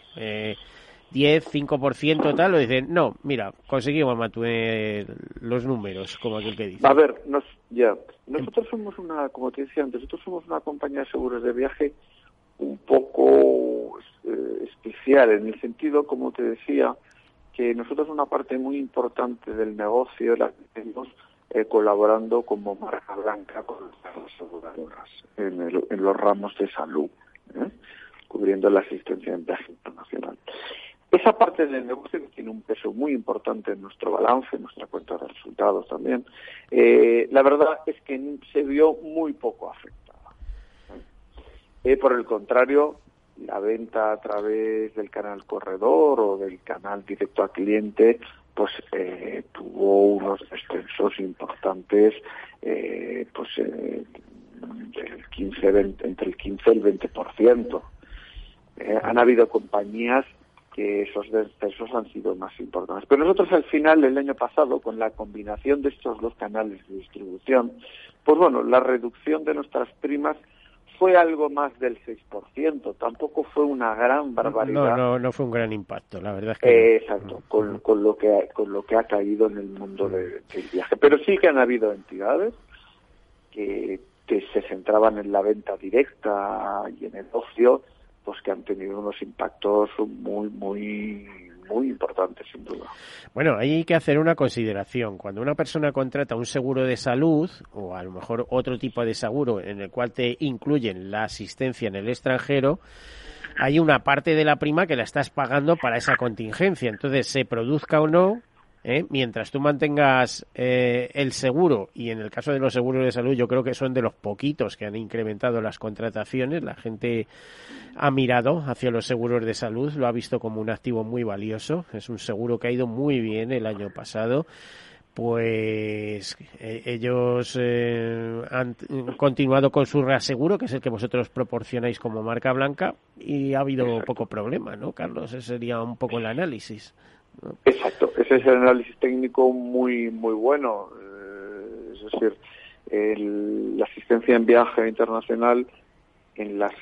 10, 5% tal, o dicen, no, mira, conseguimos mantener los números, como aquel que dice. A ver, nosotros somos como te decía antes, nosotros somos una compañía de seguros de viaje un poco especial, en el sentido, como te decía, que nosotros una parte muy importante del negocio la tenemos colaborando como marca blanca con las aseguradoras en los ramos de salud, cubriendo la asistencia en viaje internacional. Esa parte del negocio que tiene un peso muy importante en nuestro balance, en nuestra cuenta de resultados también, la verdad es que se vio muy poco afectada. Por el contrario, la venta a través del canal corredor o del canal directo a cliente, pues tuvo unos descensos importantes, entre el 15 y el 20%. Han habido compañías que esos descensos han sido más importantes. Pero nosotros al final, el año pasado, con la combinación de estos 2 canales de distribución, pues bueno, la reducción de nuestras primas fue algo más del 6%. Tampoco fue una gran barbaridad. No fue un gran impacto, la verdad es que exacto, con lo que ha caído en el mundo del viaje. Pero sí que han habido entidades que se centraban en la venta directa y en el ocio, pues que han tenido unos impactos muy importantes, sin duda. Bueno, hay que hacer una consideración. Cuando una persona contrata un seguro de salud, o a lo mejor otro tipo de seguro en el cual te incluyen la asistencia en el extranjero, hay una parte de la prima que la estás pagando para esa contingencia. Entonces, se produzca o no, mientras tú mantengas el seguro, y en el caso de los seguros de salud yo creo que son de los poquitos que han incrementado las contrataciones, la gente ha mirado hacia los seguros de salud, lo ha visto como un activo muy valioso, es un seguro que ha ido muy bien el año pasado, pues ellos han continuado con su reaseguro, que es el que vosotros proporcionáis como marca blanca, y ha habido poco problema, ¿no, Carlos? Ese sería un poco el análisis. Exacto, ese es el análisis técnico muy bueno, es decir, la asistencia en viaje internacional en las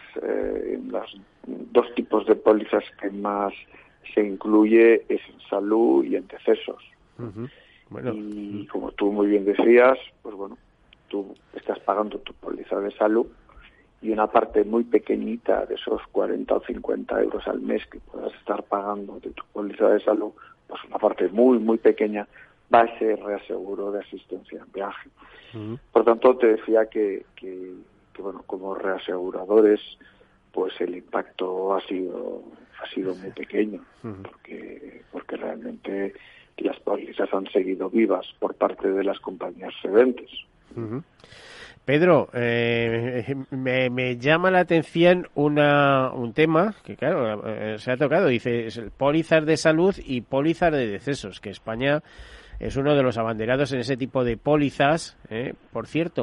2 tipos de pólizas que más se incluye es en salud y en decesos. Bueno. Y como tú muy bien decías, pues bueno, tú estás pagando tu póliza de salud y una parte muy pequeñita de esos 40 o 50 euros al mes que puedas estar pagando de tu póliza de salud, pues una parte muy, muy pequeña va a ese reaseguro de asistencia en viaje. Por tanto, te decía que bueno, como reaseguradores, pues el impacto ha sido muy pequeño, porque realmente las pólizas han seguido vivas por parte de las compañías cedentes. Pedro, me llama la atención un tema que, claro, se ha tocado. Dice, pólizas de salud y pólizas de decesos, que España es uno de los abanderados en ese tipo de pólizas. Por cierto,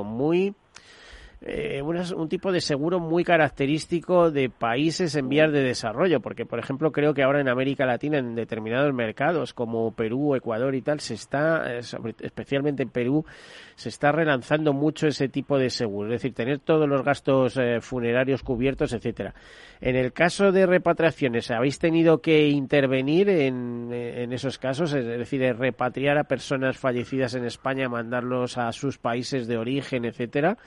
un tipo de seguro muy característico de países en vías de desarrollo, porque, por ejemplo, creo que ahora en América Latina, en determinados mercados como Perú, Ecuador y tal, especialmente en Perú, se está relanzando mucho ese tipo de seguro, es decir, tener todos los gastos funerarios cubiertos, etcétera. En el caso de repatriaciones, ¿habéis tenido que intervenir en esos casos? Es decir, repatriar a personas fallecidas en España, mandarlos a sus países de origen, etcétera.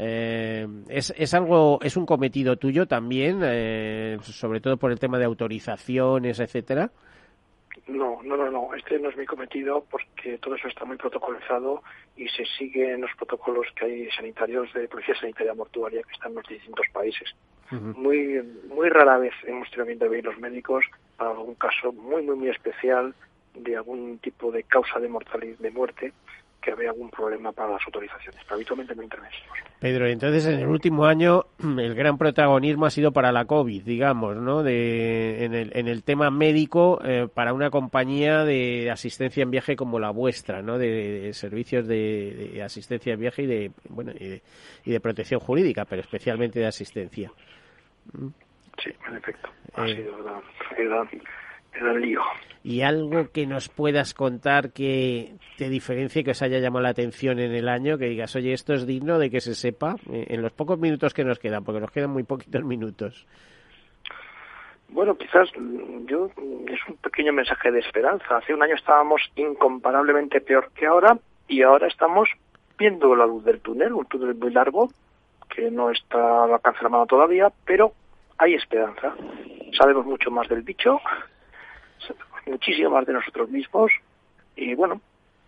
¿Es un cometido tuyo también, sobre todo por el tema de autorizaciones, etcétera? No, este no es mi cometido, porque todo eso está muy protocolizado y se siguen los protocolos que hay sanitarios de policía sanitaria mortuaria que están en los distintos países. Muy rara vez hemos tenido que intervenir los médicos para algún caso muy, muy, muy especial de algún tipo de causa de mortalidad, de muerte, que había algún problema para las autorizaciones, pero habitualmente no intervenimos. Pedro, entonces en el último año el gran protagonismo ha sido para la COVID, digamos, ¿no? En el tema médico, para una compañía de asistencia en viaje como la vuestra, ¿no? De servicios de asistencia en viaje y de protección jurídica, pero especialmente de asistencia. Sí, en efecto, ha sido el gran lío. ¿Y algo que nos puedas contar que te diferencie, que os haya llamado la atención en el año, que digas, oye, esto es digno de que se sepa, en los pocos minutos que nos quedan, porque nos quedan muy poquitos minutos? Bueno, quizás es un pequeño mensaje de esperanza. Hace un año estábamos incomparablemente peor que ahora, y ahora estamos viendo la luz del túnel, un túnel muy largo, que no está al alcance de la mano todavía, pero hay esperanza. Sabemos mucho más del bicho, muchísimo más de nosotros mismos, y bueno,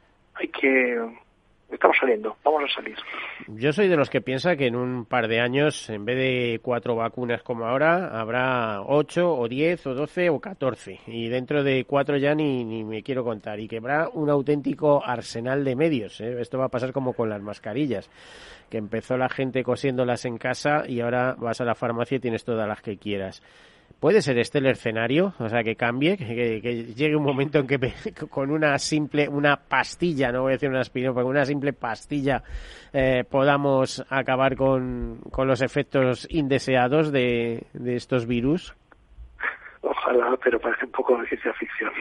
estamos saliendo, vamos a salir. Yo soy de los que piensa que en un par de años, en vez de 4 vacunas como ahora, habrá 8 o 10 o 12 o 14, y dentro de 4 ya ni me quiero contar, y que habrá un auténtico arsenal de medios, ¿eh? Esto va a pasar como con las mascarillas, que empezó la gente cosiéndolas en casa y ahora vas a la farmacia y tienes todas las que quieras. ¿Puede ser este el escenario? O sea, que cambie, que llegue un momento en que con una pastilla, no voy a decir una aspirina, pero con una simple pastilla podamos acabar con los efectos indeseados de estos virus. Ojalá, pero parece un poco de ciencia ficción.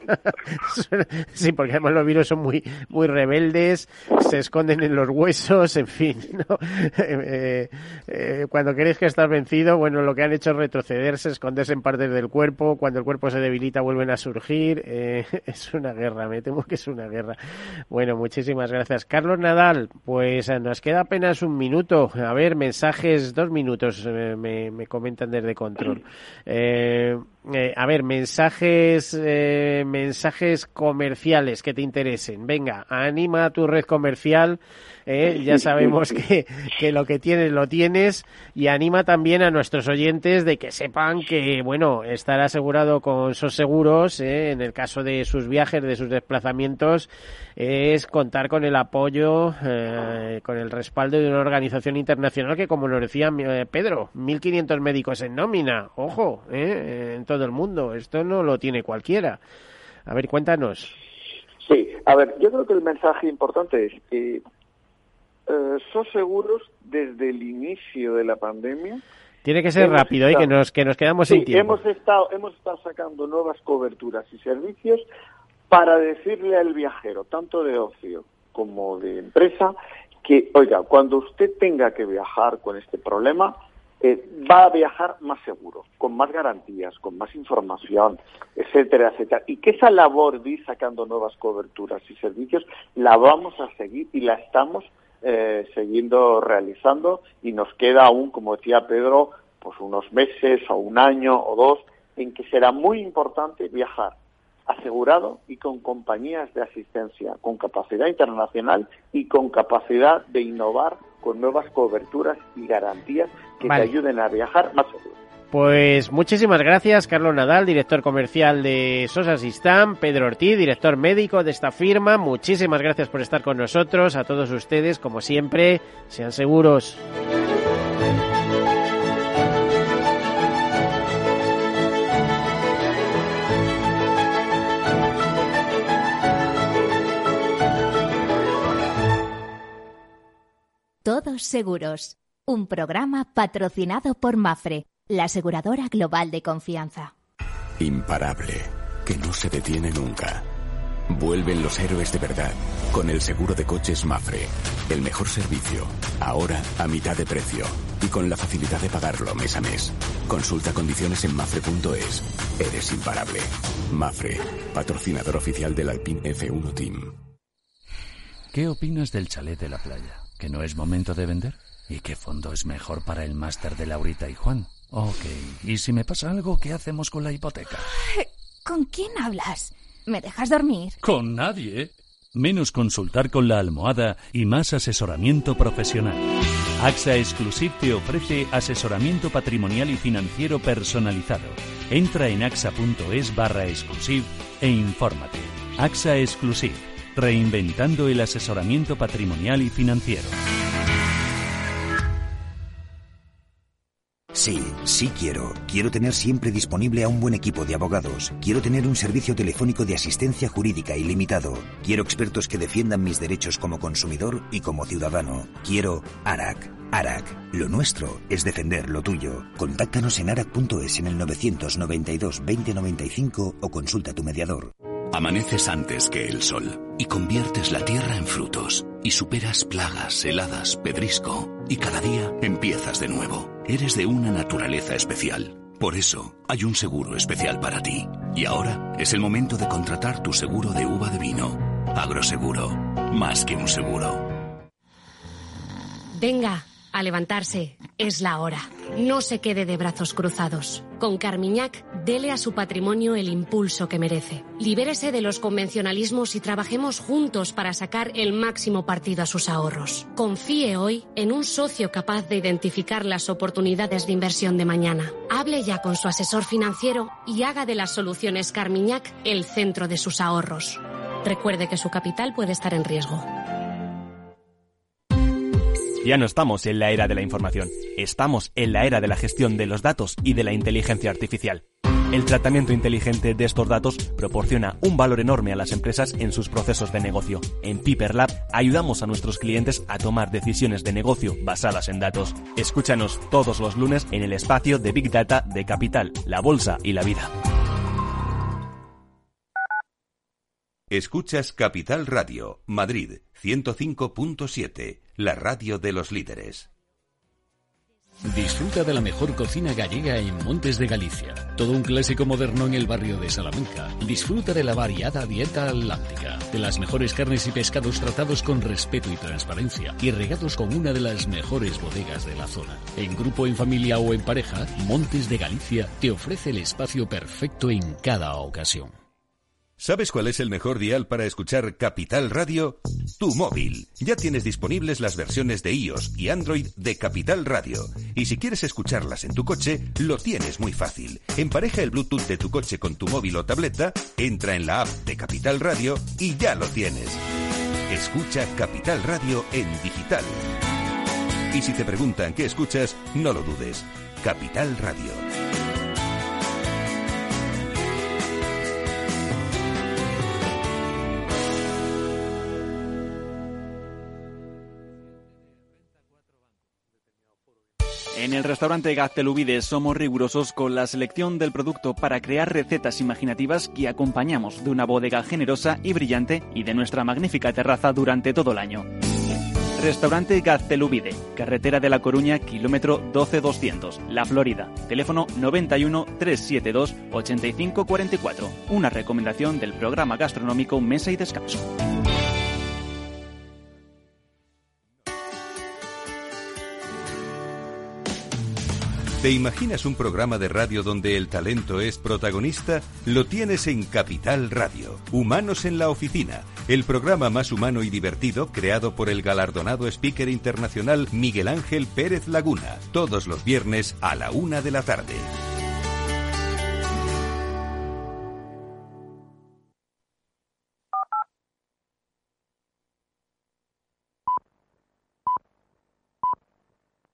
Sí, porque además los virus son muy muy rebeldes, se esconden en los huesos, en fin, ¿no? Cuando crees que estás vencido, bueno, lo que han hecho es retrocederse, esconderse en partes del cuerpo, cuando el cuerpo se debilita vuelven a surgir, es una guerra, me temo que es una guerra. Bueno, muchísimas gracias. Carlos Nadal, pues nos queda apenas un minuto, a ver, mensajes, 2 minutos, me comentan desde control. A ver, mensajes comerciales que te interesen. Venga, anima a tu red comercial. Ya sabemos que lo que tienes lo tienes, y anima también a nuestros oyentes de que sepan que, bueno, estar asegurado con SOS Seguros, en el caso de sus viajes, de sus desplazamientos, es contar con el apoyo, con el respaldo de una organización internacional que, como nos decía Pedro, 1.500 médicos en nómina, ojo, en todo el mundo. Esto no lo tiene cualquiera. A ver, cuéntanos. Sí, a ver, yo creo que el mensaje importante es que SOS Seguros, desde el inicio de la pandemia, tiene que ser rápido, que nos quedamos sin tiempo. Hemos estado sacando nuevas coberturas y servicios para decirle al viajero, tanto de ocio como de empresa, que, oiga, cuando usted tenga que viajar con este problema, va a viajar más seguro, con más garantías, con más información, etcétera, etcétera. Y que esa labor de ir sacando nuevas coberturas y servicios la vamos a seguir y la estamos siguiendo realizando, y nos queda aún, como decía Pedro, pues unos meses o un año o dos en que será muy importante viajar asegurado y con compañías de asistencia, con capacidad internacional y con capacidad de innovar con nuevas coberturas y garantías que te ayuden a viajar más seguro. Pues muchísimas gracias, Carlos Nadal, director comercial de Sosa Sistam, Pedro Ortiz, director médico de esta firma. Muchísimas gracias por estar con nosotros. A todos ustedes, como siempre, sean seguros. Todos seguros. Un programa patrocinado por Mapfre, la aseguradora global de confianza. Imparable, que no se detiene nunca. Vuelven los héroes de verdad, con el seguro de coches Mapfre. El mejor servicio, ahora a mitad de precio. Y con la facilidad de pagarlo mes a mes. Consulta condiciones en mapfre.es. Eres imparable. Mapfre, patrocinador oficial del Alpine F1 Team. ¿Qué opinas del chalet de la playa? ¿Que no es momento de vender? ¿Y qué fondo es mejor para el máster de Laurita y Juan? Ok, ¿y si me pasa algo, qué hacemos con la hipoteca? ¿Con quién hablas? ¿Me dejas dormir? Con nadie. Menos consultar con la almohada y más asesoramiento profesional. AXA Exclusive te ofrece asesoramiento patrimonial y financiero personalizado. Entra en axa.es/exclusive e infórmate. AXA Exclusive, reinventando el asesoramiento patrimonial y financiero. Sí, sí quiero. Quiero tener siempre disponible a un buen equipo de abogados. Quiero tener un servicio telefónico de asistencia jurídica ilimitado. Quiero expertos que defiendan mis derechos como consumidor y como ciudadano. Quiero ARAC. ARAC. Lo nuestro es defender lo tuyo. Contáctanos en arac.es en el 992 2095 o consulta a tu mediador. Amaneces antes que el sol y conviertes la tierra en frutos y superas plagas, heladas, pedrisco y cada día empiezas de nuevo. Eres de una naturaleza especial. Por eso hay un seguro especial para ti. Y ahora es el momento de contratar tu seguro de uva de vino. Agroseguro, más que un seguro. Venga, a levantarse. Es la hora. No se quede de brazos cruzados. Con Carmiñac, dele a su patrimonio el impulso que merece. Libérese de los convencionalismos y trabajemos juntos para sacar el máximo partido a sus ahorros. Confíe hoy en un socio capaz de identificar las oportunidades de inversión de mañana. Hable ya con su asesor financiero y haga de las soluciones Carmiñac el centro de sus ahorros. Recuerde que su capital puede estar en riesgo. Ya no estamos en la era de la información, estamos en la era de la gestión de los datos y de la inteligencia artificial. El tratamiento inteligente de estos datos proporciona un valor enorme a las empresas en sus procesos de negocio. En Piper Lab ayudamos a nuestros clientes a tomar decisiones de negocio basadas en datos. Escúchanos todos los lunes en el espacio de Big Data de Capital, la Bolsa y la Vida. Escuchas Capital Radio, Madrid, 105.7, la radio de los líderes. Disfruta de la mejor cocina gallega en Montes de Galicia. Todo un clásico moderno en el barrio de Salamanca. Disfruta de la variada dieta atlántica, de las mejores carnes y pescados tratados con respeto y transparencia y regados con una de las mejores bodegas de la zona. En grupo, en familia o en pareja, Montes de Galicia te ofrece el espacio perfecto en cada ocasión. ¿Sabes cuál es el mejor dial para escuchar Capital Radio? Tu móvil. Ya tienes disponibles las versiones de iOS y Android de Capital Radio. Y si quieres escucharlas en tu coche, lo tienes muy fácil. Empareja el Bluetooth de tu coche con tu móvil o tableta, entra en la app de Capital Radio y ya lo tienes. Escucha Capital Radio en digital. Y si te preguntan qué escuchas, no lo dudes. Capital Radio. En el restaurante Gaztelubides somos rigurosos con la selección del producto para crear recetas imaginativas que acompañamos de una bodega generosa y brillante y de nuestra magnífica terraza durante todo el año. Restaurante Gaztelubide, carretera de La Coruña, kilómetro 12200, La Florida. Teléfono 91 372 8544. Una recomendación del programa gastronómico Mesa y Descanso. ¿Te imaginas un programa de radio donde el talento es protagonista? Lo tienes en Capital Radio. Humanos en la Oficina, el programa más humano y divertido creado por el galardonado speaker internacional Miguel Ángel Pérez Laguna, todos los viernes a la 1 de la tarde.